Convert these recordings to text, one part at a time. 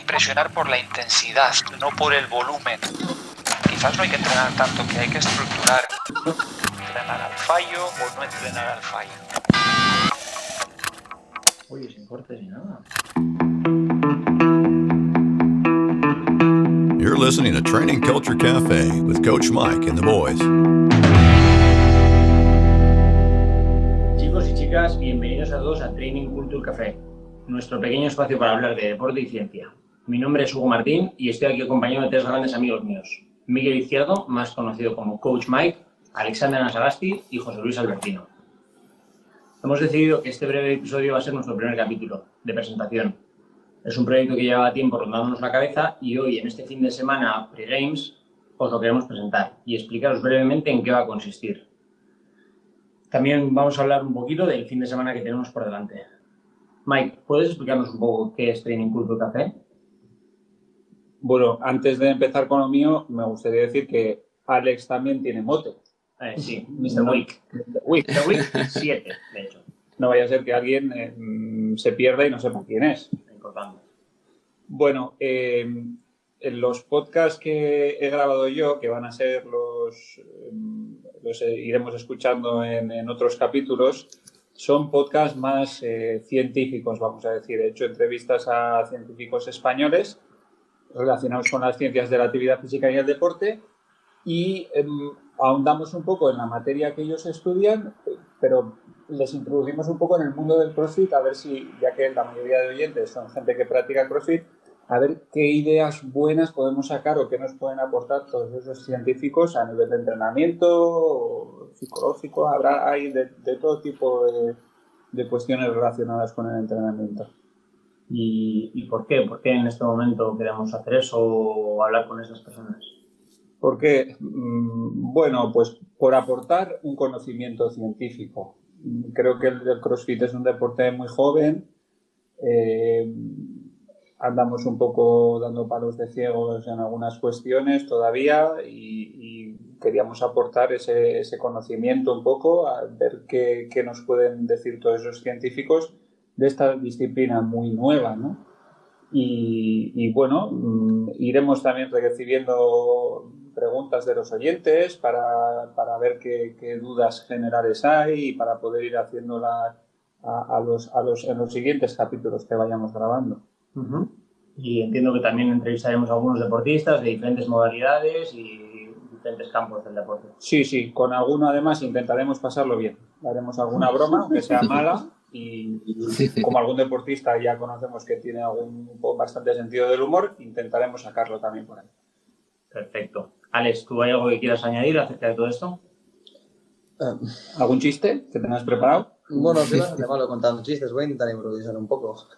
impresionar por la intensidad, no por el volumen. Quizás no hay que entrenar tanto, que hay que estructurar. Entrenar al fallo o no entrenar al fallo. Oye, sin cortes ni nada. You're listening to Training Culture Cafe with Coach Mike and the boys. Chicos y chicas, bienvenidos a todos a Training Culture Café, nuestro pequeño espacio para hablar de deporte y ciencia. Mi nombre es Hugo Martín y estoy aquí acompañado de tres grandes amigos míos. Miguel Izquierdo, más conocido como Coach Mike, Alexander Nasagasti y José Luis Albertino. Hemos decidido que este breve episodio va a ser nuestro primer capítulo de presentación. Es un proyecto que lleva tiempo rondándonos la cabeza y hoy, en este fin de semana pre-games, os lo queremos presentar y explicaros brevemente en qué va a consistir. También vamos a hablar un poquito del fin de semana que tenemos por delante. Mike, ¿puedes explicarnos un poco qué es Training Culture Café? Bueno, antes de empezar con lo mío, me gustaría decir que Alex también tiene mote. Sí, Mr. Week. The Week 7, de hecho. No vaya a ser que alguien se pierda y no sepa quién es. Importante. Bueno, en los podcasts que he grabado yo, que van a ser los iremos escuchando en otros capítulos, son podcasts más científicos, vamos a decir. He hecho entrevistas a científicos españoles relacionados con las ciencias de la actividad física y el deporte y ahondamos un poco en la materia que ellos estudian, pero les introducimos un poco en el mundo del CrossFit, a ver si, ya que la mayoría de oyentes son gente que practica CrossFit, a ver qué ideas buenas podemos sacar o qué nos pueden aportar todos esos científicos a nivel de entrenamiento, psicológico. Hay de todo tipo de cuestiones relacionadas con el entrenamiento. ¿Y por qué? ¿Por qué en este momento queremos hacer eso o hablar con esas personas? Porque, bueno, pues por aportar un conocimiento científico. Creo que el CrossFit es un deporte muy joven. Andamos un poco dando palos de ciegos en algunas cuestiones todavía y queríamos aportar ese conocimiento un poco, a ver qué nos pueden decir todos esos científicos de esta disciplina muy nueva, ¿no? Y bueno, iremos también recibiendo preguntas de los oyentes para ver qué dudas generales hay y para poder ir haciéndolas en los siguientes capítulos que vayamos grabando. Uh-huh. Y entiendo que también entrevistaremos a algunos deportistas de diferentes modalidades y diferentes campos del deporte. Sí, con alguno además intentaremos pasarlo bien. Haremos alguna broma, aunque sea mala, y como algún deportista ya conocemos que tiene bastante sentido del humor, intentaremos sacarlo también por ahí. Perfecto. Alex, ¿tú hay algo que quieras añadir acerca de todo esto? ¿Algún chiste que tengas preparado? Bueno, que no es de malo contando chistes, voy a intentar improvisar un poco.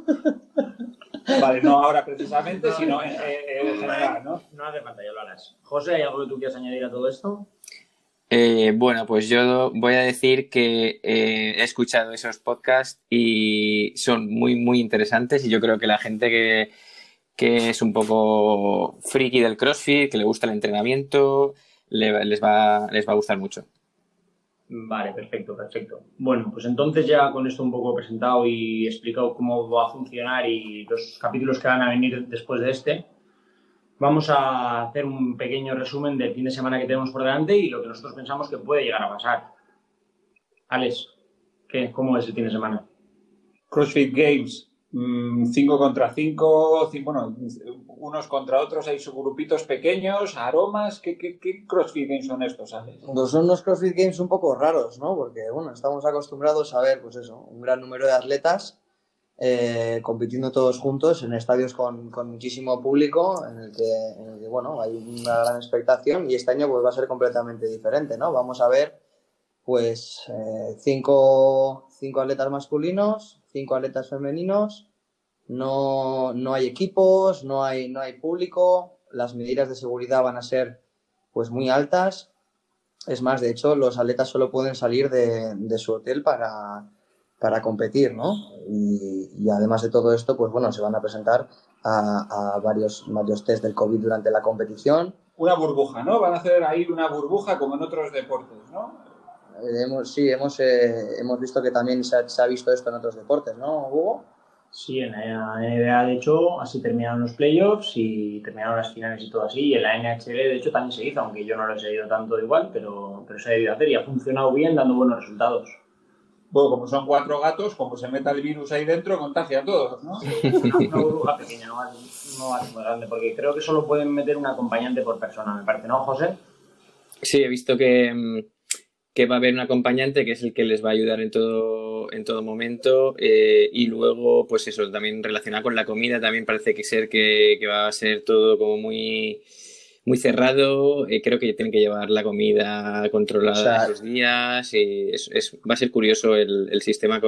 Vale, no ahora precisamente, sino en general, ¿no? No hace falta, ya lo harás. José, ¿hay algo que tú quieras añadir a todo esto? Bueno, pues yo voy a decir que he escuchado esos podcasts y son muy, muy interesantes y yo creo que la gente que es un poco friki del CrossFit, que le gusta el entrenamiento, les va a gustar mucho. Vale, perfecto. Bueno, pues entonces ya con esto un poco presentado y explicado cómo va a funcionar y los capítulos que van a venir después de este, vamos a hacer un pequeño resumen del fin de semana que tenemos por delante y lo que nosotros pensamos que puede llegar a pasar. Alex, ¿cómo es el fin de semana? CrossFit Games, 5 contra 5, bueno, unos contra otros, hay subgrupitos pequeños, aromas. ¿Qué CrossFit Games son estos, Alex? Pues son unos CrossFit Games un poco raros, ¿no? Porque, bueno, estamos acostumbrados a ver, pues eso, un gran número de atletas compitiendo todos juntos en estadios con muchísimo público, en el que, bueno, hay una gran expectación y este año pues va a ser completamente diferente, ¿no? Vamos a ver, pues, 5 atletas masculinos, 5 atletas femeninos. No hay equipos, no hay público, las medidas de seguridad van a ser pues muy altas. Es más, de hecho, los atletas solo pueden salir de su hotel para competir, ¿no? Y además de todo esto, pues bueno, se van a presentar a varios test del COVID durante la competición. Una burbuja, ¿no? Van a hacer ahí una burbuja como en otros deportes, ¿no? Hemos visto que también se ha visto esto en otros deportes, ¿no, Hugo? Sí, en la NBA, de hecho, así terminaron los playoffs y terminaron las finales y todo así. Y en la NHL, de hecho, también se hizo, aunque yo no lo he seguido tanto igual, pero se ha debido hacer y ha funcionado bien, dando buenos resultados. Bueno, como son 4 gatos, como se meta el virus ahí dentro, contagia a todos, ¿no? Una burbuja pequeña, no va a ser muy grande, porque creo que solo pueden meter un acompañante por persona, me parece, ¿no, José? Sí, he visto que va a haber un acompañante que es el que les va a ayudar en todo momento, y luego, pues eso, también relacionado con la comida, también parece que va a ser todo como muy, muy cerrado. Creo que tienen que llevar la comida controlada esos días y va a ser curioso el sistema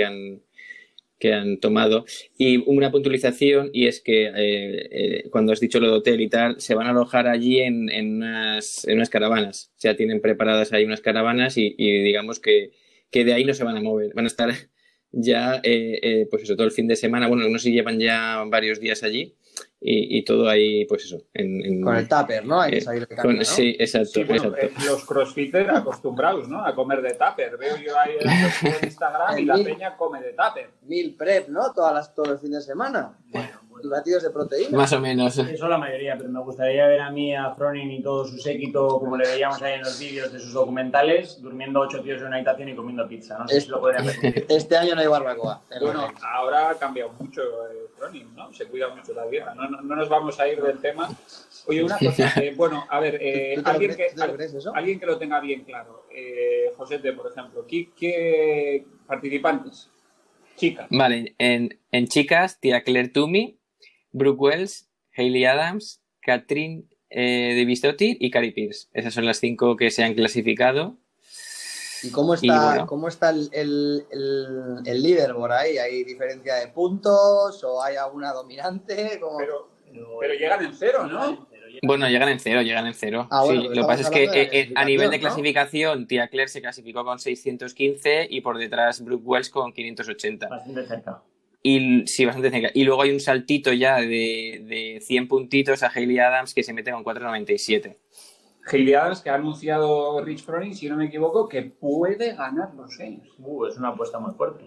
que han tomado. Y una puntualización, y es que cuando has dicho lo de hotel y tal, se van a alojar allí en unas caravanas. O sea, tienen preparadas ahí unas caravanas y digamos que de ahí no se van a mover. Van a estar ya, pues eso, todo el fin de semana. Bueno, no sé si llevan ya varios días allí y todo ahí, pues eso. Con el tupper, ¿no? Hay que salir de casa, ¿no? Sí, exacto. Sí, bueno, exacto. los crossfitters acostumbrados, ¿no? A comer de tupper. Veo yo ahí en Instagram y la peña come de tupper. Meal prep, ¿no? Todo el fin de semana. Bueno. Y batidos de proteína. Más o menos. Eso la mayoría, pero me gustaría ver a mí, a Froning y todo su séquito, como le veíamos ahí en los vídeos de sus documentales, durmiendo 8 tíos en una habitación y comiendo pizza. No sé si lo podrían repetir. Este año no hay barbacoa. Bueno, ahora ha cambiado mucho Froning, ¿no? Se cuida mucho la dieta. No nos vamos a ir del tema. Oye, una cosa. Bueno, a ver, alguien que lo tenga bien claro. Josete, por ejemplo. ¿Qué participantes? Chicas. Vale, en chicas, tía Claire Toomey, Brooke Wells, Hayley Adams, Catherine de Bistotti y Carrie Pierce. Esas son las 5 que se han clasificado. ¿Y cómo está el leaderboard ahí? ¿Hay diferencia de puntos o hay alguna dominante? Pero llegan en 0, ¿no? Bueno, llegan en cero. Ah, bueno, sí, lo que pasa es que a nivel de clasificación, tía Claire se clasificó con 615 y por detrás Brooke Wells con 580. Bastante cerca. Sí, bastante cerca. Y luego hay un saltito ya de 100 puntitos a Hayley Adams que se mete con 497. Hayley Adams, que ha anunciado Rich Froning, si no me equivoco, que puede ganar los Games. Es una apuesta muy fuerte.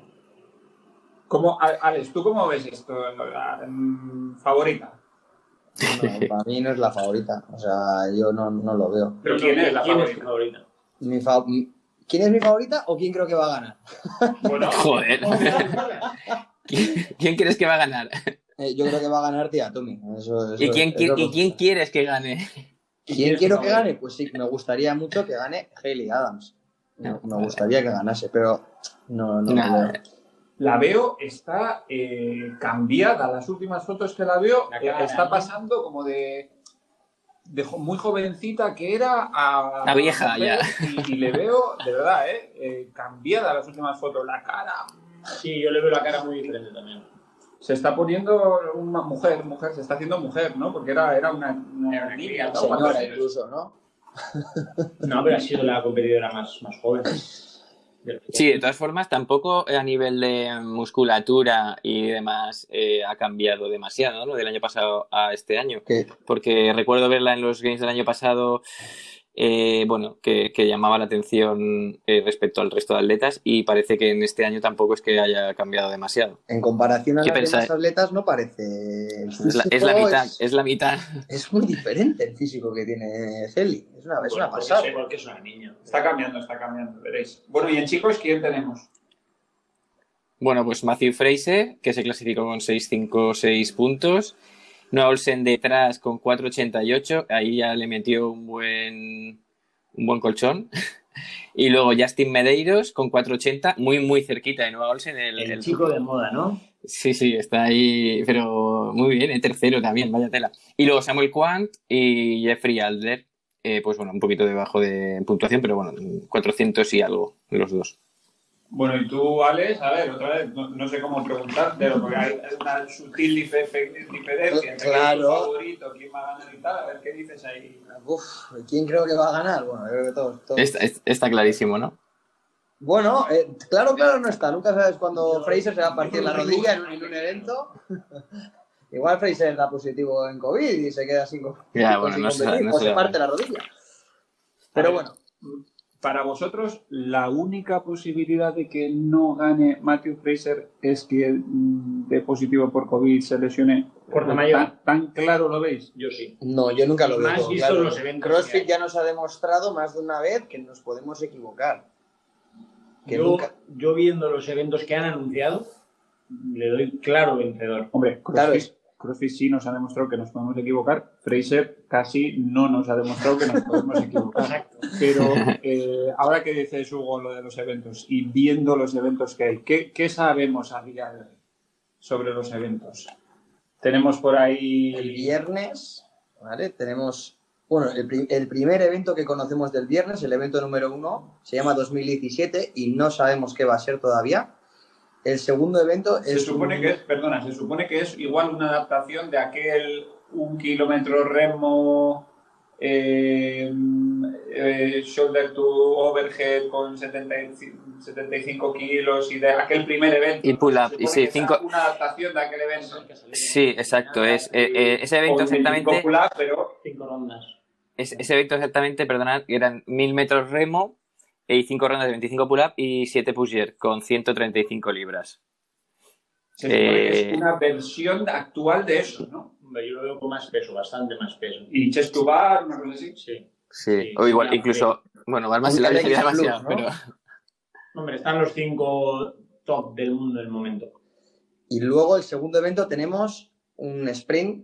Alex, ¿tú cómo ves esto? ¿Favorita? No, para mí no es la favorita. O sea, yo no lo veo. ¿Pero quién es la favorita? ¿Quién es mi favorita o quién creo que va a ganar? Bueno, joder. ¿Quién crees que va a ganar? Yo creo que va a ganar tía Tommy. ¿Y quién quieres que gane? ¿Quién quiero que gane? Pues sí, me gustaría mucho que gane Hayley Adams. Me gustaría que ganase, pero no lo veo. La veo, está cambiada. Las últimas fotos que la veo, está pasando como de muy jovencita que era a vieja ya. Y le veo, de verdad, cambiada las últimas fotos. La cara. Sí, yo le veo la cara muy diferente también. Se está poniendo una mujer, se está haciendo mujer, ¿no? Porque era una niña, ¿no? Señora incluso, ¿no? No, pero ha sido la competidora más joven. Sí, de todas formas, tampoco a nivel de musculatura y demás ha cambiado demasiado, ¿no? Del año pasado a este año. ¿Qué? Porque recuerdo verla en los Games del año pasado, que llamaba la atención respecto al resto de atletas, y parece que en este año tampoco es que haya cambiado demasiado. En comparación a las demás atletas no parece... Es la mitad. Es muy diferente el físico que tiene Hayley. Es una pasada. Porque es una niña. Está cambiando, veréis. Bueno, y en chicos, ¿quién tenemos? Bueno, pues Matthew Fraser, que se clasificó con 656 puntos. Noah Olsen detrás con 488, ahí ya le metió un buen colchón. Y luego Justin Medeiros con 480, muy cerquita de Noah Olsen. El chico de moda, ¿no? Sí, está ahí, pero muy bien, tercero también, vaya tela. Y luego Samuel Quant y Jeffrey Adler, pues bueno, un poquito debajo de puntuación, pero bueno, 400 y algo, los dos. Bueno, y tú, Alex, a ver, otra vez, no sé cómo preguntarte, porque hay una sutil diferencia entre tu favorito, quién va a ganar y tal, a ver qué dices ahí. ¿Quién creo que va a ganar? Bueno, yo creo que todos. Está clarísimo, ¿no? Bueno, claro no está. Nunca sabes cuándo Fraser se va a partir la rodilla en un evento. Igual Fraser da positivo en COVID y se queda sin ya, bueno, no competir, o se parte la rodilla. Pero bueno. para vosotros, la única posibilidad de que no gane Matthew Fraser es que de positivo por COVID se lesione. Fuerza mayor. ¿Tan claro lo veis? Yo sí. No, yo nunca lo veo. Más todo visto claro. los eventos que CrossFit hay. ya nos ha demostrado más de una vez que nos podemos equivocar. Que nunca... Yo viendo los eventos que han anunciado, le doy claro vencedor. Hombre, Claro, CrossFit sí nos ha demostrado que nos podemos equivocar. Fraser casi no nos ha demostrado que nos podemos equivocar. Exacto. Pero ahora que dices, Hugo, lo de los eventos y viendo los eventos que hay, ¿qué sabemos a día de hoy sobre los eventos? Tenemos por ahí... El viernes, ¿vale? Tenemos... Bueno, el primer evento que conocemos del viernes, el evento número 1, se llama 2017 y no sabemos qué va a ser todavía. El segundo evento es... Se supone que es igual una adaptación de aquel 1 kilómetro remo, shoulder to overhead con 75 kilos y de aquel primer evento. Y pull-up, Se supone y sí, que es una adaptación de aquel evento. Sí, exacto. Es ese evento Con 25 exactamente. pull-up, pero 5 rondas. Ese evento exactamente, perdonad, eran 1000 metros remo y 5 rondas de 25 pull-up y 7 push-up con 135 libras. se supone que es una versión actual de eso, ¿no? Hombre, yo lo veo con más peso, bastante más peso. Y chest to bar, una cosa así. Sí. Sí, o igual, ya, incluso, bueno, Balmas Un la LX sería Plus, demasiado, ¿no? pero Hombre, están los 5 top del mundo en el momento. Y luego el segundo evento tenemos un sprint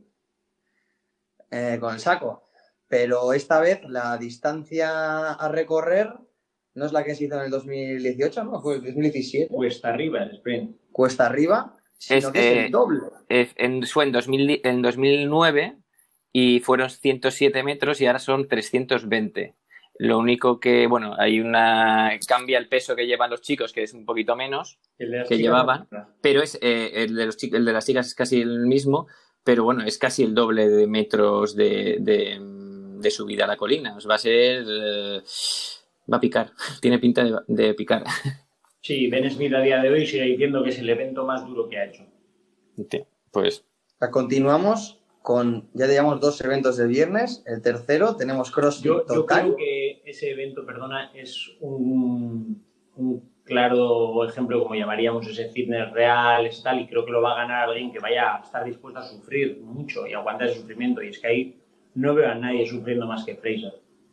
con el saco. Pero esta vez la distancia a recorrer no es la que se hizo en el 2018, ¿no? Fue el 2017. Cuesta arriba el sprint. Cuesta arriba, sino que es el doble. fue en 2009 y fueron 107 metros y ahora son 320. Lo único que, bueno, cambia el peso que llevan los chicos, que es un poquito menos El de las que chicas llevaban, no. pero el de las chicas es casi el mismo, pero bueno, es casi el doble de metros de subida a la colina. Os va a ser... va a picar, tiene pinta de picar. Sí, Ben Smith a día de hoy sigue diciendo que es el evento más duro que ha hecho. Pues Continuamos con, ya digamos, 2 eventos del viernes. El tercero tenemos CrossFit Yo Total. creo que ese evento, es un claro ejemplo, como llamaríamos ese fitness real, tal, y creo que lo va a ganar alguien que vaya a estar dispuesto a sufrir mucho y aguantar ese sufrimiento. Y es que ahí no veo a nadie sufriendo más que Fraser.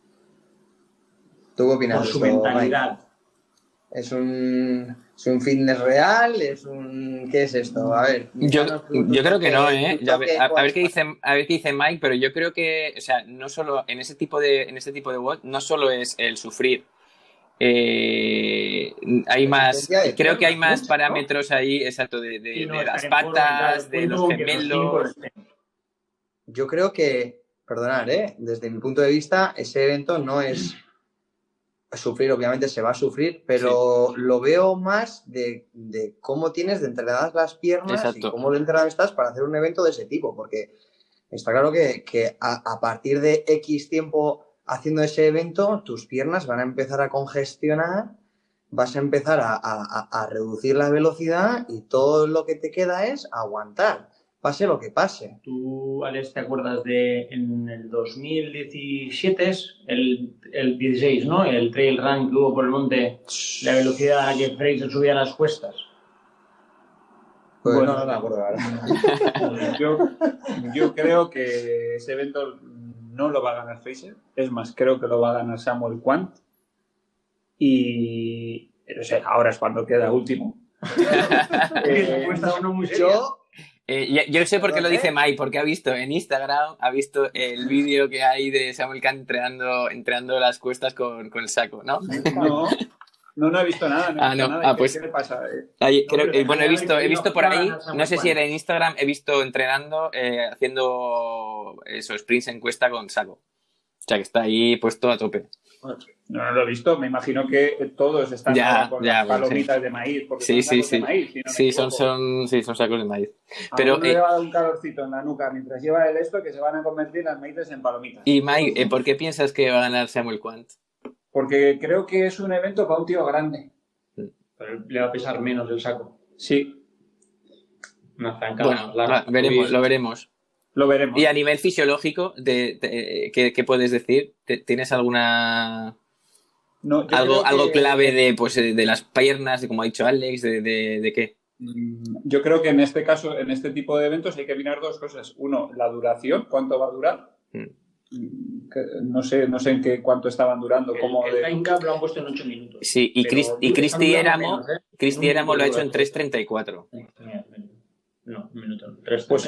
¿Tú qué opinas Por de su esto, mentalidad. Mike? ¿Es un fitness real? ¿Qué es esto? A ver. yo creo que no, ¿eh? tu toque, A ver qué dice Mike, pero yo creo que, o sea, no solo en este tipo de WOD, no solo es el sufrir. Hay más, creo que hay más mucho, parámetros ahí, exacto, de las patas, de los gemelos. Yo creo que, perdonad, desde mi punto de vista, ese evento no es sufrir, obviamente se va a sufrir, pero lo veo más de cómo tienes de entrenadas las piernas. Exacto. Y cómo de entrenado estás para hacer un evento de ese tipo, porque está claro que a partir de X tiempo haciendo ese evento, tus piernas van a empezar a congestionar, vas a empezar a reducir la velocidad y todo lo que te queda es aguantar, pase lo que pase. Tú, Alex, ¿te acuerdas de en el 2017, el 16, ¿no? El trail run que hubo por el monte, la velocidad a que Fraser subía las cuestas? Pues Bueno, no me acuerdo ahora. Yo creo que ese evento no lo va a ganar Fraser. Es más, creo que lo va a ganar Samuel Quant. Y no sé, ahora es cuando queda último. Yo sé por qué lo dice Mike, porque ha visto en Instagram, ha visto el vídeo que hay de Samuel Kant entrenando las cuestas con el saco, ¿no? No he visto nada. No. ¿Qué le pasa? Bueno, he visto por ahí, no sé si era en Instagram, he visto entrenando, haciendo sprints en cuesta con saco. O sea, que está ahí puesto a tope. No lo he visto, me imagino que todos están con las palomitas de maíz. Porque son sacos de maíz, son sacos de maíz. Pero le va a dar un calorcito en la nuca mientras lleva el esto, que se van a convertir las maíces en palomitas. Y Mike, ¿por qué piensas que va a ganar Samuel Quant? Porque creo que es un evento para un tío grande. Pero le va a pesar menos el saco. Sí. Una zancada. Bueno, lo veremos. Lo veremos. Y a nivel fisiológico, ¿qué puedes decir? ¿Tienes alguna No, yo Algo, creo algo que- clave de las piernas, de como ha dicho Alex, de qué. Yo creo que en este caso, en este tipo de eventos, hay que mirar dos cosas. Uno, la duración, cuánto va a durar. No sé cuánto estaban durando. Como El time cap lo han puesto en 8 minutos. Sí, y Pero Cristi están durando Éramo, menos, ¿eh? Cristi Un Éramo lo ha hecho en minuto 3:34. No, un minuto. 3 Pues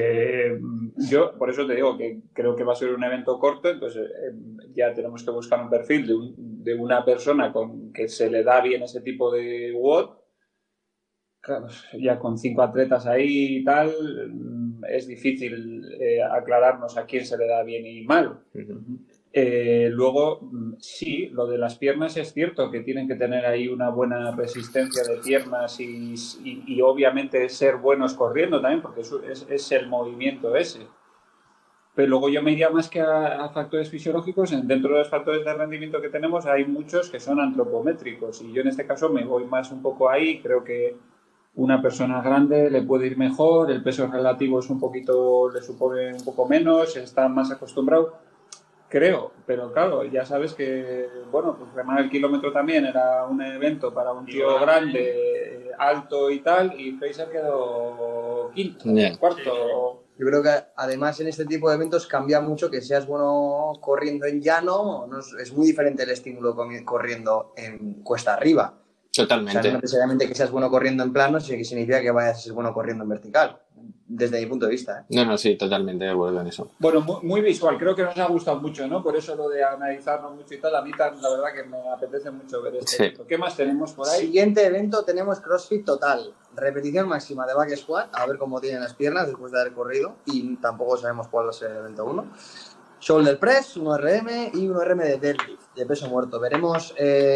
yo por eso te digo que creo que va a ser un evento corto, entonces ya tenemos que buscar un perfil de una persona que se le da bien ese tipo de WOD. Claro, ya con 5 atletas ahí y tal, es difícil aclararnos a quién se le da bien y mal. Luego, sí, lo de las piernas es cierto que tienen que tener ahí una buena resistencia de piernas y obviamente ser buenos corriendo también, porque es el movimiento ese. Pero luego yo me iría más que a factores fisiológicos. Dentro de los factores de rendimiento que tenemos hay muchos que son antropométricos y yo en este caso me voy más un poco ahí. Creo que una persona grande le puede ir mejor, el peso relativo es le supone un poco menos, está más acostumbrado. Creo, pero claro, ya sabes que, bueno, pues remar el kilómetro también era un evento para un tío grande, alto y tal, y Fraser quedó quinto, cuarto. Yo creo que además en este tipo de eventos cambia mucho que seas bueno corriendo en llano, no es muy diferente el estímulo corriendo en cuesta arriba. Totalmente. O sea, no necesariamente que seas bueno corriendo en plano, sino que significa que vayas a ser bueno corriendo en vertical, desde mi punto de vista. No, sí, totalmente de acuerdo en eso. Bueno, muy visual, creo que nos ha gustado mucho, ¿no? Por eso lo de analizarnos mucho y tal, a mí la verdad que me apetece mucho ver este evento. ¿Qué más tenemos por ahí? Siguiente evento tenemos CrossFit Total, repetición máxima de back squat, a ver cómo tienen las piernas después de haber corrido, y tampoco sabemos cuál va a ser el evento 1. Shoulder press, 1RM y 1RM de deadlift, de peso muerto. Veremos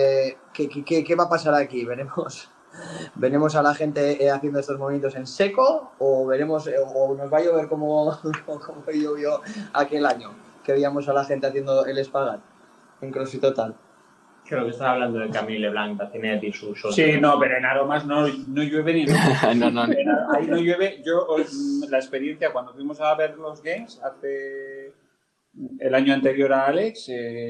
qué va a pasar aquí. Veremos a la gente haciendo estos movimientos en seco o veremos o nos va a llover como llovió aquel año que veíamos a la gente haciendo el espagat en CrossFit Total. Creo que estás hablando de Camille Leblanc, Bacinet y su shoulder. Sí, no, pero en aromas no llueve ni no. Ahí no llueve. Yo, la experiencia cuando fuimos a ver los Games hace el año anterior a Alex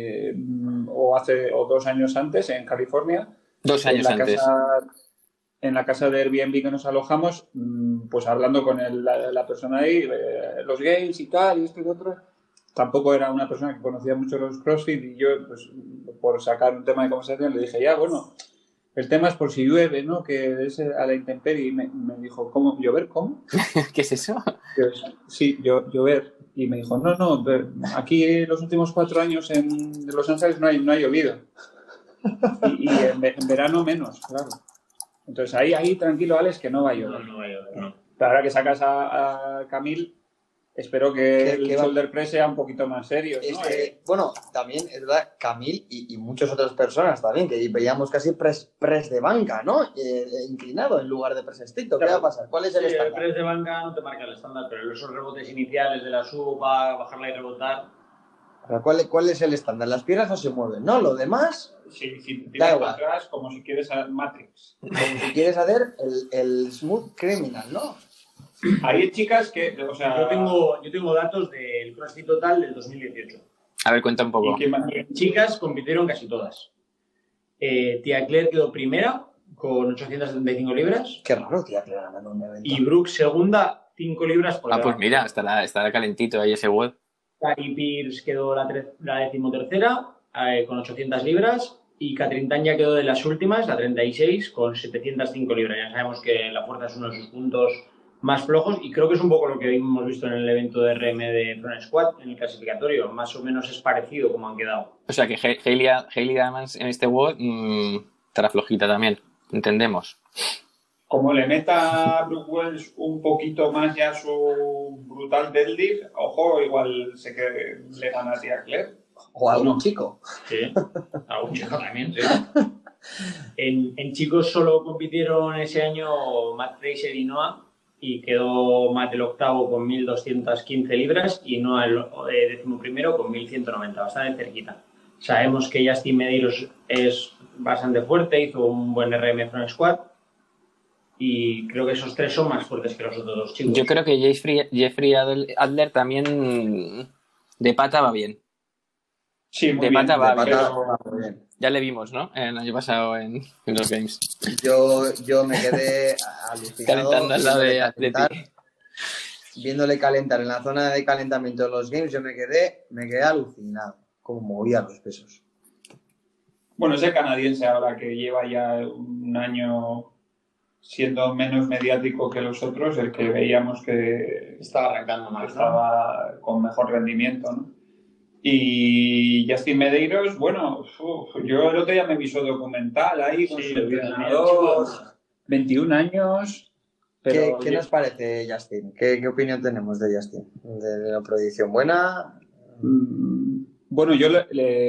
o 2 años antes en California. 2 años antes. En la casa de Airbnb que nos alojamos, pues hablando con la persona ahí, los Games y tal, y esto y otro. Tampoco era una persona que conocía mucho los CrossFit y yo, pues, por sacar un tema de conversación, le dije, ya, bueno, el tema es por si llueve, ¿no? Que es a la intemperie. Y me dijo, ¿cómo? ¿Llover? ¿Cómo? ¿Qué es eso? Sí, llover. Y me dijo, no, aquí los últimos 4 años en Los Ángeles no ha llovido. Y en verano menos, claro. Entonces ahí tranquilo, Alex, que no va a llover. No va a llover, no. Pero ahora que sacas a Camille, espero que el shoulder press sea un poquito más serio, ¿no? Bueno, también es verdad, Camille y muchas otras personas también, que veíamos casi press de banca, ¿no? Inclinado en lugar de press estricto. ¿Qué va a pasar? ¿Cuál es el estándar? El press de banca no te marca el estándar, pero esos rebotes iniciales de la sub para bajarla y rebotar. O sea, ¿cuál es el estándar? Las piernas no se mueven, ¿no? Lo demás... Sí, tiras para atrás como si quieres a Matrix. Como si quieres hacer el smooth criminal, ¿no? Hay chicas que, o sea... Yo tengo datos del CrossFit Total del 2018. A ver, cuenta un poco. Chicas compitieron casi todas. Tia Claire quedó primera con 875 libras. Qué raro, Tia Claire ganando un evento. Y Brooke segunda, 5 libras por pues mira, estará calentito ahí ese web. Cari Pierce quedó la 13ª con 800 libras y Catherine Tanya quedó de las últimas, la 36, con 705 libras. Ya sabemos que la fuerza es uno de sus puntos más flojos y creo que es un poco lo que hemos visto en el evento de RM de Front Squat, en el clasificatorio. Más o menos es parecido como han quedado. O sea que Hayley Diamonds en este WOD estará flojita también, entendemos. Como le meta a Brooke Wells un poquito más ya su brutal deadlift, ojo, igual sé que le gana a Tia Claire. O a algún chico. Sí, a algún chico también, sí. En chicos solo compitieron ese año Matt Fraser y Noah y quedó Matt el octavo con 1.215 libras y Noah el 11º con 1.190, bastante cerquita. Sabemos que Justin Medeiros es bastante fuerte, hizo un buen RM Front Squat y creo que esos 3 son más fuertes que los otros 2 chicos. Yo creo que Jeffrey Adler también de pata va bien. Sí, muy de bien. pata va De bien. pata va muy bien. Ya le vimos, ¿no? El año pasado en los Games. Yo me quedé alucinado. Calentando al lado de Atleti. Viéndole calentar en la zona de calentamiento de los Games, yo me quedé alucinado. Como movía los pesos. Bueno, ese canadiense ahora que lleva ya un año siendo menos mediático que los otros, el que veíamos que Estaba arrancando más, estaba con mejor rendimiento, ¿no? Y Justin Medeiros, bueno, yo el otro día me vi su documental ahí con su entrenador, 21 años. Pero ¿Qué nos parece Justin? ¿Qué opinión tenemos de Justin? ¿De la predicción buena? Bueno, yo la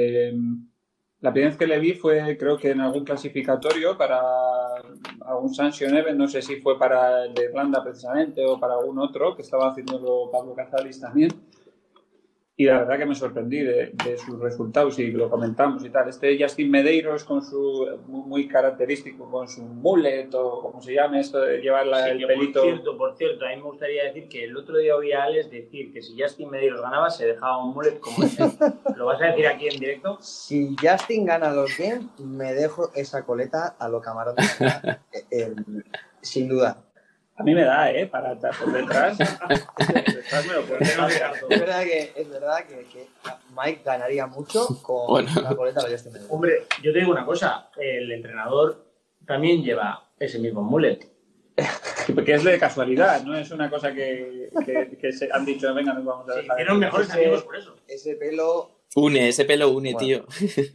primera vez que le vi fue, creo que en algún clasificatorio para algún Sanction Event, no sé si fue para el de Irlanda precisamente o para algún otro, que estaba haciéndolo Pablo Cazalis también. Y la verdad que me sorprendí de sus resultados y lo comentamos y tal. Este Justin Medeiros con su muy característico, con su mullet o como se llame esto de llevar el pelito. Por cierto, a mí me gustaría decir que el otro día oí a Alex decir que si Justin Medeiros ganaba se dejaba un mullet como ese. ¿Lo vas a decir aquí en directo? Si Justin gana los Games, me dejo esa coleta a lo camarón de sin duda. A mí me da, para por detrás. Detrás me lo puedo dejar. Es verdad que Mike ganaría mucho con la coleta de Justin Medeiros. Hombre, yo te digo una cosa, el entrenador también lleva ese mismo mullet. Que es de casualidad, no es una cosa que se han dicho, venga, nos vamos a dejar. Hicieron mejores amigos por eso. Ese pelo... Ese pelo une, bueno. Tío.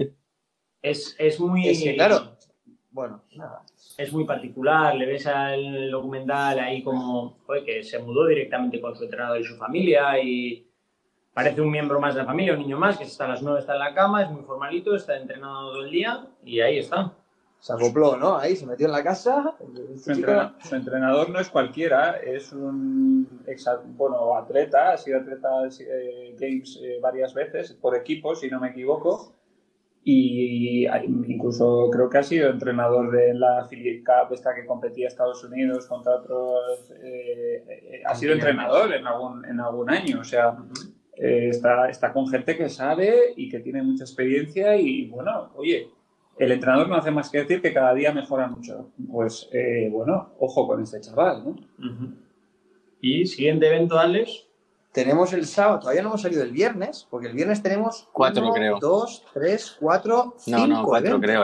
Es muy... claro. Bueno, nada. Es muy particular, le ves al documental ahí como que se mudó directamente con su entrenador y su familia y parece un miembro más de la familia, un niño más, que hasta las 9 está en la cama, es muy formalito, está entrenado todo el día y ahí está. Se acopló, ¿no? Ahí se metió en la casa. Su entrenador no es cualquiera, es un atleta, ha sido atleta Games varias veces, por equipos, si no me equivoco. Y incluso creo que ha sido entrenador de la Philip Cup, esta que competía Estados Unidos contra otros. Ha sido entrenador en algún año, o sea, está con gente que sabe y que tiene mucha experiencia y bueno, oye, el entrenador no hace más que decir que cada día mejora mucho. Pues ojo con este chaval, ¿no? Y siguiente evento, Alex. Tenemos el sábado, todavía no hemos salido el viernes, porque el viernes tenemos 4, creo. 2, 3, 4, 5 No, 4 eventos. creo,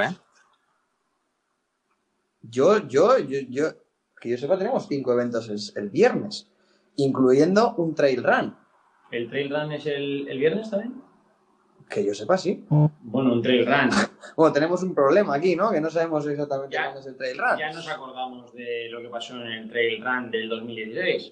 Que yo sepa, tenemos 5 eventos el viernes, incluyendo un trail run. ¿El trail run es el viernes también? Que yo sepa, sí. Bueno, un trail run. Bueno, tenemos un problema aquí, ¿no? Que no sabemos exactamente cuándo es el trail run. Ya nos acordamos de lo que pasó en el trail run del 2016.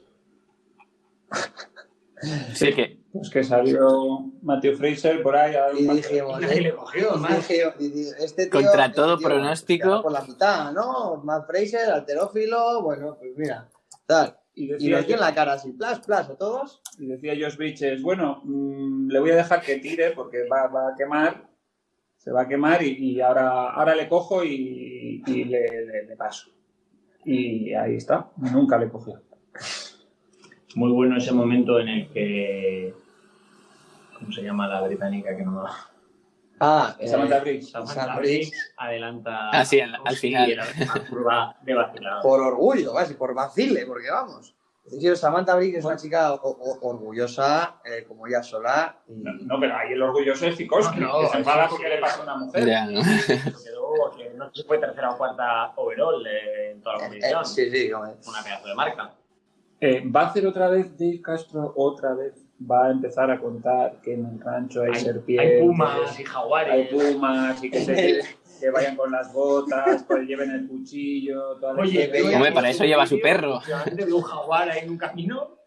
Sí, que... Pues que salió Matthew Fraser por ahí. Y dijimos, nadie le cogió, este tío, contra todo pronóstico. Por la mitad, ¿no? Matt Fraser, halterófilo, bueno, pues mira, tal. Y nos dio en la cara así, plas, a todos. Y decía Josh Bridges, bueno, le voy a dejar que tire porque va a quemar, se va a quemar y ahora le cojo y le paso. Y ahí está, nunca le cogió. Muy bueno ese momento en el que... ¿Cómo se llama la británica que no me va? Samantha Briggs. Samantha Briggs adelanta... al final. La curva de vacilado. Por orgullo, casi, por vacile, porque vamos. Samantha Briggs es una chica orgullosa, como ella sola. Y... No, pero ahí el orgulloso es Sikorsky, que se enfada porque le pasa a una mujer. Ya, ¿no? Que no se fue tercera o cuarta overall en toda la competición. Sí, una pedazo de marca. ¿Va a hacer otra vez Dave Castro? ¿Otra vez va a empezar a contar que en el rancho hay serpientes? Hay pumas y jaguares. Hay pumas y que vayan con las botas, pues lleven el cuchillo. Oye, hombre, para eso lleva su perro. De un jaguar ahí en un camino.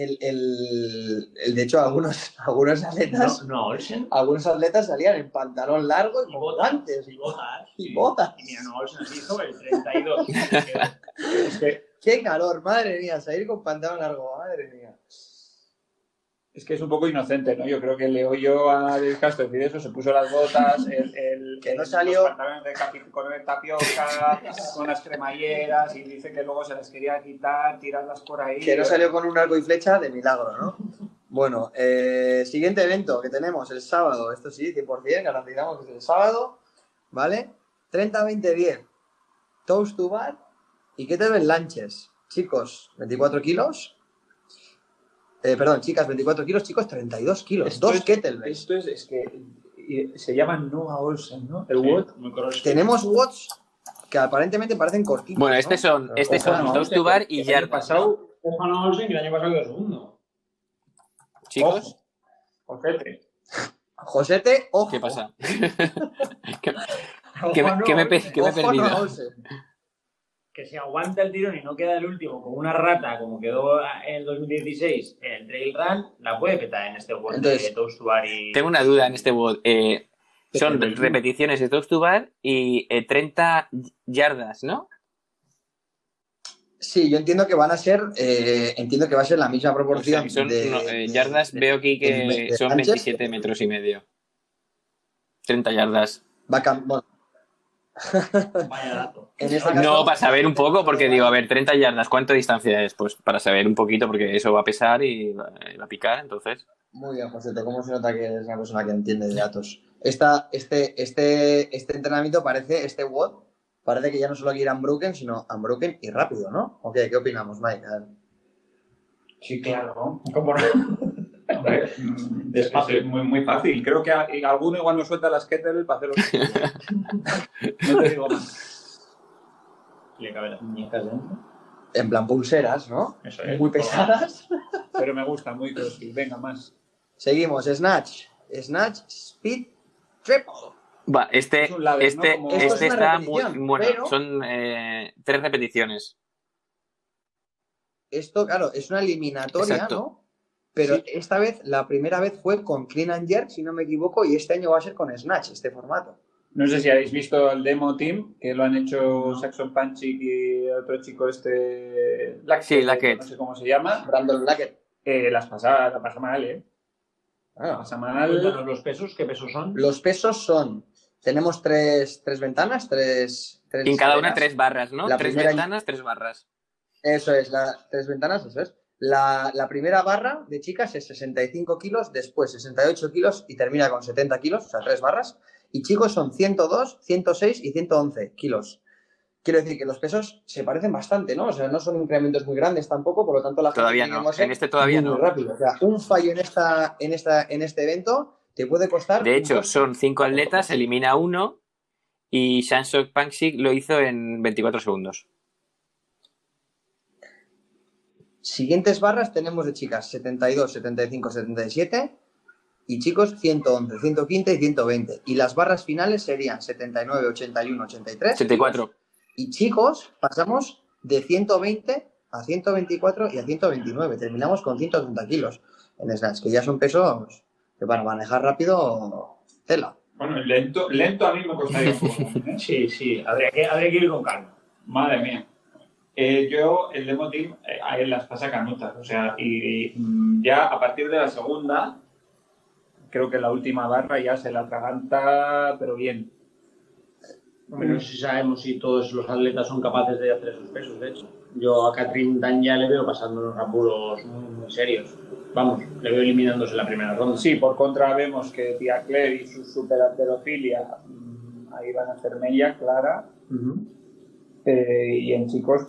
De hecho, algunos atletas. Olsen. Algunos atletas salían en pantalón largo y con guantes. Y botas. Y mira, Olsen hizo el 32. Es que... ¡Qué calor! Madre mía, salir con pantalón largo, madre mía. Es que es un poco inocente, ¿no? Yo creo que le oyó a Dave Castro decir eso, se puso las botas, que no salió... los pantalones de tapioca, con las cremalleras, y dice que luego se las quería quitar, tirarlas por ahí. Que no salió con un arco y flecha de milagro, ¿no? Bueno, siguiente evento que tenemos el sábado, esto sí, 100%, garantizamos que es el sábado. ¿vale? 30-20-10. Toast to bar y kettlebell lunches. Chicos, 24 kilos. Perdón, chicas, 24 kilos, chicos, 32 kilos. Dos kettlebells. Esto es que se llaman Noah Olsen, ¿no? El WOD. Tenemos watts que aparentemente parecen cortitos. Bueno, ¿no? estos son Ojo, Toast to Bar y El año yardas. pasado, Juan Olsen, que el año pasado quedó segundo. Chicos, ojete. Josete, ojo. ¿qué pasa? Ojo, ¿Qué me he Ojo, perdido? Noah Olsen. Que se aguanta el tirón y no queda el último como una rata, como quedó en el 2016 en el Trail Run, la puede petar en este World Entonces, de Toast to Bar y... Tengo una duda en este WOD. Son repeticiones de Toast to Bar y 30 yardas, ¿no? Sí, yo entiendo que van a ser, entiendo que va a ser la misma O sea, proporción que son de yardas, veo aquí que de son anchas. 27 metros y medio. 30 yardas. Va a bueno, Vaya dato. en este caso, No, para saber un poco, porque digo, a ver, 30 yardas, ¿cuánto distancia es? Pues para saber un poquito, porque eso va a pesar y va a picar, entonces. Muy bien, Josete, ¿cómo se nota que eres una persona que entiende de datos? Este entrenamiento parece, este WOD, parece que ya no solo hay que ir unbroken, sino unbroken y rápido, ¿no? Ok, ¿qué opinamos, Mike? A ver. Sí, claro. ¿Cómo no? Hombre, es muy, muy fácil. Creo que alguno igual no suelta las kettlebell para hacer los... No te digo más. Le caben las muñecas dentro. En plan pulseras, ¿no? Eso es. Muy pesadas. Pero me gusta muy crossfit. Venga, más. Seguimos, snatch. Snatch, speed, triple. Va, Es un ladder, ¿no? Como- Esto es una está muy repetición, bueno. pero- Son 3 repeticiones. Esto, claro, es una eliminatoria, Exacto. ¿no? Pero Sí. esta vez, la primera vez fue con clean and jerk, si no me equivoco, y este año va a ser con snatch, este formato. No sé si habéis visto el demo team, que lo han hecho Saxon Panchik y otro chico Lackett, Sí, Lackett. no sé cómo se llama. Brandon Blackett. La pasa mal, ¿eh? La Ah, pasa mal. Cuéntanos los pesos, ¿qué pesos son? los pesos son, tenemos tres ventanas, tres Y en cada una escaleras. 3 barras, ¿no? La 3 primera- ventanas, 3 barras. Eso es, tres ventanas, eso es. La primera barra de chicas es 65 kilos, después 68 kilos y termina con 70 kilos, o sea, 3 barras. Y chicos son 102, 106 y 111 kilos. Quiero decir que los pesos se parecen bastante, ¿no? O sea, no son incrementos muy grandes tampoco, por lo tanto la Todavía gente no. tiene que En este todavía muy no. rápido. O sea, un fallo en este evento te puede costar. De un hecho, coste. son 5 atletas, elimina uno y Shansok Panksik lo hizo en 24 segundos. Siguientes barras tenemos de chicas 72, 75, 77 y chicos 111, 115 y 120. Y las barras finales serían 79, 81, 83. 84. Y chicos pasamos de 120 a 124 y a 129. Terminamos con 130 kilos en snatch, que ya son pesos que para manejar rápido, tela. Bueno, lento a mí me costaría un poco. ¿eh? Sí, habría que ir con calma. Madre mía. Yo, el demo team, ahí las pasa canutas. O sea, y ya a partir de la segunda, creo que la última barra ya se la atraganta, pero bien. Hombre, no sé si sabemos si todos los atletas son capaces de hacer esos pesos, de hecho. Yo a Catherine Dan ya le veo pasando unos apuros muy serios. Vamos, le veo eliminándose en la primera ronda. Sí, por contra vemos que Tia Claire y su superalterofilia ahí van a hacer mella clara. Y en chicos,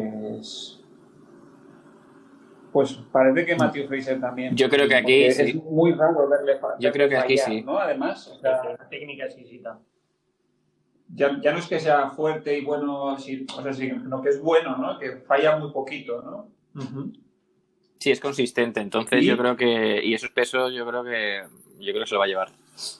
pues parece que Matthew Fraser también. Yo creo que aquí porque sí. Es muy raro verle Yo creo que aquí fallar, sí. ¿no? Además, o sea, La técnica exquisita. ya no es que sea fuerte y bueno, así, o sea, sino que es bueno, ¿no? Que falla muy poquito, ¿no? Sí, es consistente. Entonces ¿Y? yo creo que... Y esos pesos yo creo que se lo va a llevar.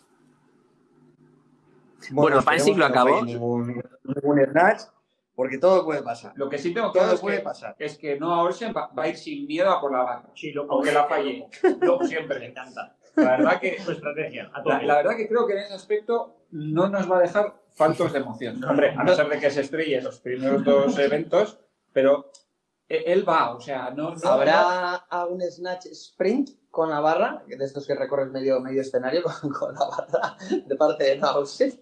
Bueno, Panchik lo acabó. Ningún snatch, porque todo puede pasar. Lo que sí tengo Todo claro puede pasar. es que Noah Olsen va a ir sin miedo a por la barra, Sí, lo aunque la falle. me Siempre. encanta. La verdad que Su estrategia, a La, tope. la verdad que creo que en ese aspecto no nos va a dejar faltos de emoción. Hombre, a no ser de que se estrelle en los primeros 2 eventos, pero él va, o sea, no... ¿Habrá algún snatch sprint con la barra? De estos que recorres medio escenario con la barra de parte de Nauset.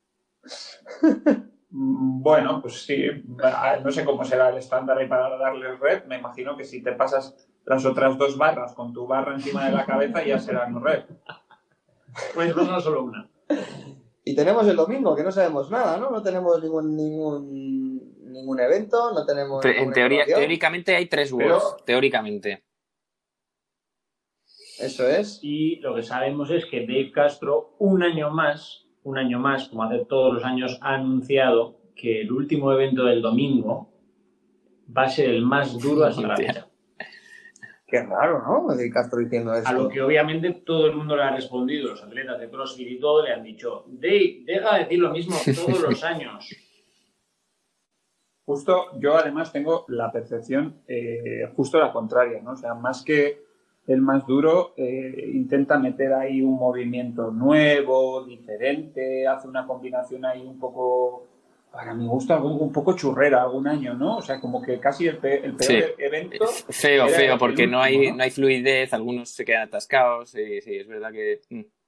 Bueno, pues sí, no sé cómo será el estándar ahí para darle red. Me imagino que si te pasas las otras 2 barras con tu barra encima de la cabeza ya será no red. Pues no solo una. Y tenemos el domingo, que no sabemos nada, ¿no? No tenemos ningún evento, no tenemos... En teoría, teóricamente hay 3 Worlds, teóricamente. Eso es. Y lo que sabemos es que Dave Castro, un año más, como hace todos los años, ha anunciado que el último evento del domingo va a ser el más duro hasta la fecha. Qué raro, ¿no? Dave Castro diciendo eso. A lo que obviamente todo el mundo le ha respondido, los atletas de CrossFit y todo le han dicho, Dave, deja de decir lo mismo todos los años. Justo, yo además tengo la percepción justo la contraria, ¿no? O sea, más que el más duro, intenta meter ahí un movimiento nuevo, diferente, hace una combinación ahí un poco, para mi gusto, un poco churrera algún año, ¿no? O sea, como que casi el peor evento... Feo, porque último, no hay fluidez, algunos se quedan atascados, sí, es verdad que...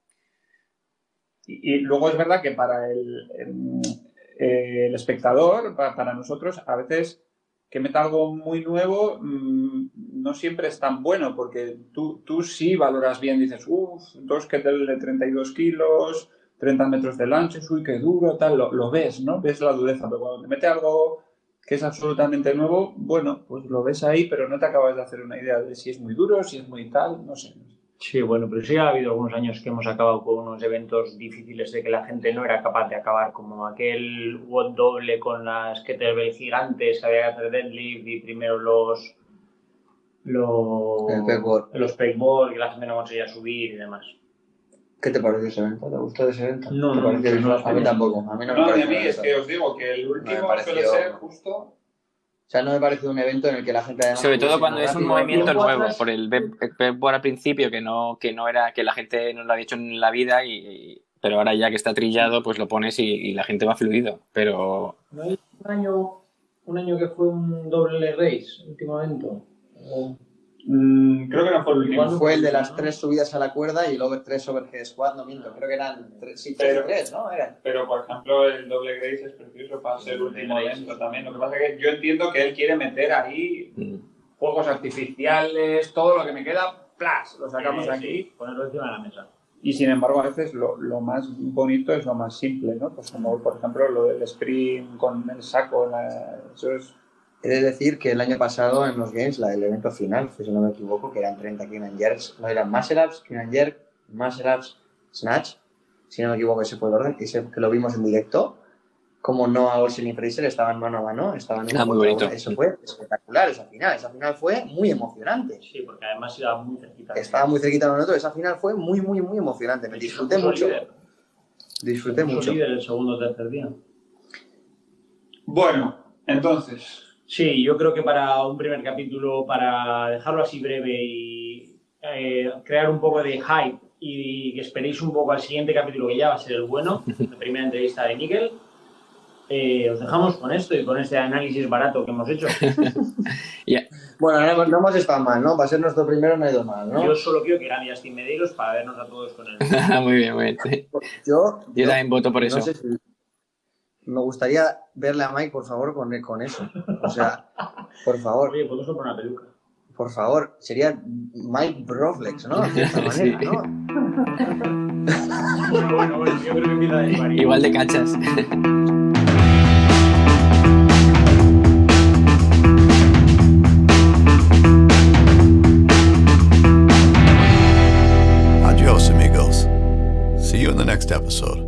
Y luego es verdad que para el espectador, para nosotros, a veces... que meta algo muy nuevo no siempre es tan bueno, porque tú sí valoras bien, dices, 2 kettlebells de 32 kilos, 30 metros de lances, qué duro, tal, lo ves, ¿no? Ves la dureza, pero cuando te mete algo que es absolutamente nuevo, bueno, pues lo ves ahí, pero no te acabas de hacer una idea de si es muy duro, si es muy tal, no sé. Sí, bueno, pero sí ha habido algunos años que hemos acabado con unos eventos difíciles de que la gente no era capaz de acabar, como aquel WOD doble con las kettlebell gigantes que había que hacer deadlift y primero los pegboard que la gente no conseguía subir y demás. ¿Qué te pareció ese evento? ¿Te gustó ese evento? No, a mí tampoco. A mí no me pareció. A mí es que os digo que el último suele ser justo... O sea, no me parece un evento en el que la gente... Sobre todo cuando es un movimiento nuevo, por el pegboard al principio, que no era, que la gente no lo había hecho en la vida, pero ahora ya que está trillado, pues lo pones y la gente va fluido, pero... ¿No hay un año que fue un doble leg race, el último evento? Creo que no fue el último. Fue el de las 3 subidas a la cuerda y luego 3 overhead squat, no miento, creo que eran 3 o 3, ¿no? Pero, por ejemplo, el doble grace es precioso para ser el último evento también. Lo que pasa es que yo entiendo que él quiere meter ahí fuegos artificiales, todo lo que me queda, ¡plas! Lo sacamos aquí, ponerlo encima de la mesa. Y sin embargo, a veces lo más bonito es lo más simple, ¿no? Pues como, por ejemplo, lo del sprint con el saco, eso es... He de decir que el año pasado en los Games, el evento final, si no me equivoco, que eran 30 clean and jerks, no eran muscle ups, clean and jerk, muscle ups, snatch, si no me equivoco ese fue el orden, que lo vimos en directo, como Noah Olsen y Fraser estaban mano a mano, estaban en muy bonito. Eso fue espectacular, esa final fue muy emocionante. Sí, porque además iba muy cerquita. Estaba muy cerquita de nosotros, esa final fue muy, muy, muy emocionante, me disfruté mucho. Disfruté mucho. Líder el segundo o tercer día. Bueno, entonces... Sí, yo creo que para un primer capítulo, para dejarlo así breve y crear un poco de hype y que esperéis un poco al siguiente capítulo, que ya va a ser el bueno, la primera entrevista de Mikel, os dejamos con esto y con este análisis barato que hemos hecho. Yeah. Bueno, no hemos estado mal, ¿no? Para ser nuestro primero no ha ido mal, ¿no? Yo solo quiero que gane Justin Medeiros para vernos a todos con él. Muy bien, muy bien. Yo también voto por eso. No sé si... Me gustaría verle a Mike, por favor, con eso. O sea, por favor. Oye, podemos comprar una peluca. Por favor, sería Mike Broflex, ¿no? De esta manera, Sí. ¿no? Bueno, yo creo que empieza a desvariar. Igual de cachas. Adios, amigos. See you in the next episode.